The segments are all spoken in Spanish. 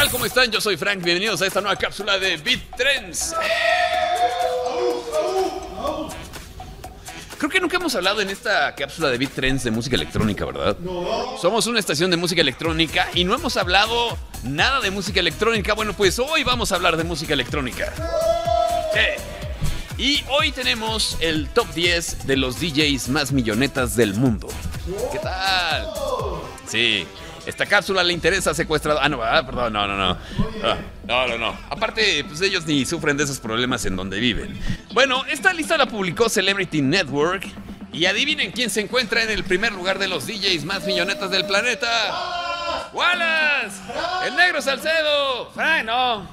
tal? ¿Cómo están? Yo soy Frank, bienvenidos a esta nueva cápsula de Beat Trends. Creo que nunca hemos hablado en esta cápsula de Beat Trends de música electrónica, ¿verdad? No. Somos una estación de música electrónica y no hemos hablado nada de música electrónica. Bueno, pues hoy vamos a hablar de música electrónica. Y hoy tenemos el top 10 de los DJs más millonetas del mundo. ¿Qué tal? Sí. Esta cápsula le interesa secuestrado. Perdón, no. Aparte, pues ellos ni sufren de esos problemas en donde viven. Bueno, esta lista la publicó Celebrity Network. Y adivinen quién se encuentra en el primer lugar de los DJs más millonetas del planeta. ¡Wallace! ¡El negro Salcedo! ¡Ay, no!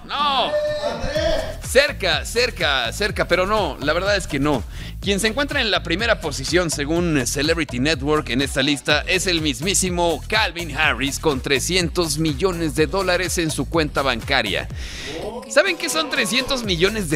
Cerca, pero no, la verdad es que no. Quien se encuentra en la primera posición según Celebrity Network en esta lista es el mismísimo Calvin Harris con $300 millones en su cuenta bancaria. ¿Saben qué son $300 millones?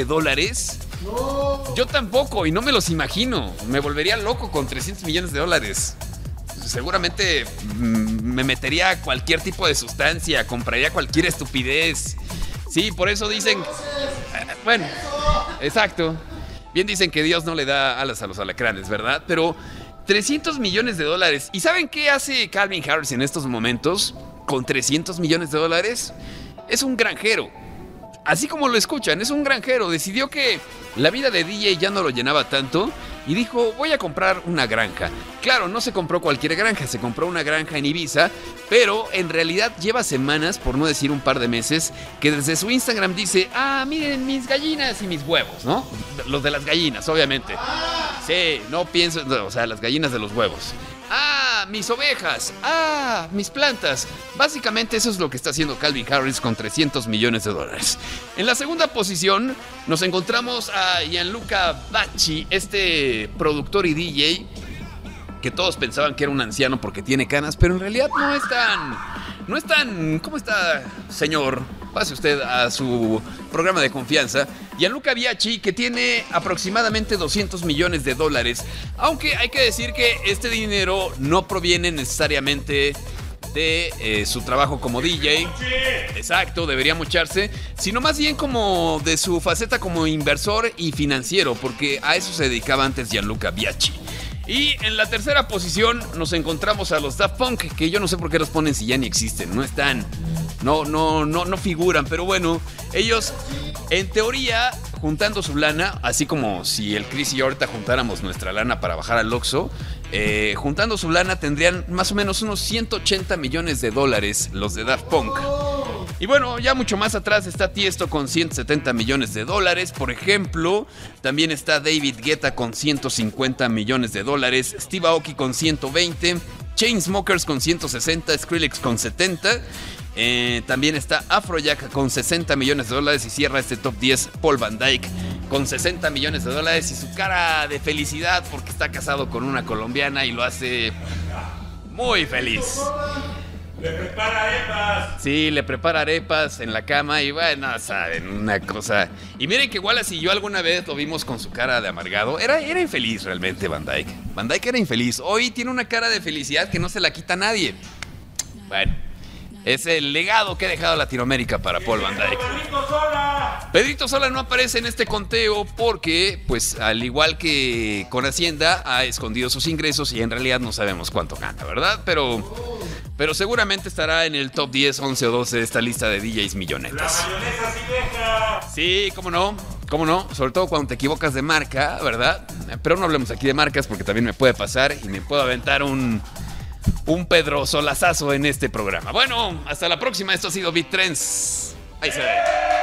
Yo tampoco y no me los imagino. Me volvería loco con $300 millones. Seguramente me metería a cualquier tipo de sustancia, compraría cualquier estupidez. Sí, por eso dicen... Bueno, exacto. Bien dicen que Dios no le da alas a los alacranes, ¿verdad? Pero $300 millones. ¿Y saben qué hace Calvin Harris en estos momentos con $300 millones? Es un granjero. Así como lo escuchan, es un granjero. Decidió que la vida de DJ ya no lo llenaba tanto y dijo, voy a comprar una granja. Claro, no se compró cualquier granja, se compró una granja en Ibiza, pero en realidad lleva semanas, por no decir un par de meses, que desde su Instagram dice, miren mis gallinas y mis huevos, ¿no? Los de las gallinas, obviamente. Sí, no pienso, o sea, las gallinas de los huevos. Mis ovejas, mis plantas. Básicamente eso es lo que está haciendo Calvin Harris con $300 millones. En la segunda posición nos encontramos a Gianluca Bacci, este productor y DJ que todos pensaban que era un anciano porque tiene canas, pero en realidad no es tan... ¿Cómo está, señor? Pase usted a su programa de confianza. Gianluca Bacci, que tiene aproximadamente $200 millones, aunque hay que decir que este dinero no proviene necesariamente de su trabajo como DJ. Exacto, debería mocharse, sino más bien como de su faceta como inversor y financiero, porque a eso se dedicaba antes Gianluca Bacci. Y en la tercera posición nos encontramos a los Daft Punk, que yo no sé por qué los ponen si ya ni existen, no están, no figuran, pero bueno, ellos en teoría juntando su lana, así como si el Chris y yo ahorita juntáramos nuestra lana para bajar al Oxxo, juntando su lana tendrían más o menos unos $180 millones los de Daft Punk. Y bueno, ya mucho más atrás está Tiesto con $170 millones, por ejemplo. También está David Guetta con $150 millones, Steve Aoki con 120, Chainsmokers con 160, Skrillex con 70. También está Afrojack con $60 millones y cierra este top 10 Paul Van Dyk con $60 millones y su cara de felicidad porque está casado con una colombiana y lo hace muy feliz. Le prepara arepas. Sí, le prepara arepas en la cama y bueno, saben, una cosa. Y miren que Wallace y yo alguna vez lo vimos con su cara de amargado. Era infeliz realmente Van Dyk. Van Dyk era infeliz. Hoy tiene una cara de felicidad que no se la quita nadie. Bueno, es el legado que ha dejado Latinoamérica para Paul Van Dyk. Pedrito Sola no aparece en este conteo porque, pues, al igual que con Hacienda, ha escondido sus ingresos y en realidad no sabemos cuánto gana, ¿verdad? Pero seguramente estará en el top 10, 11 o 12 de esta lista de DJs millonetas. La mayonesa sí deja. Sí, cómo no, sobre todo cuando te equivocas de marca, ¿verdad? Pero no hablemos aquí de marcas porque también me puede pasar y me puedo aventar un Pedro Solazazo en este programa. Bueno, hasta la próxima, esto ha sido Beat Trends. Ahí se ve.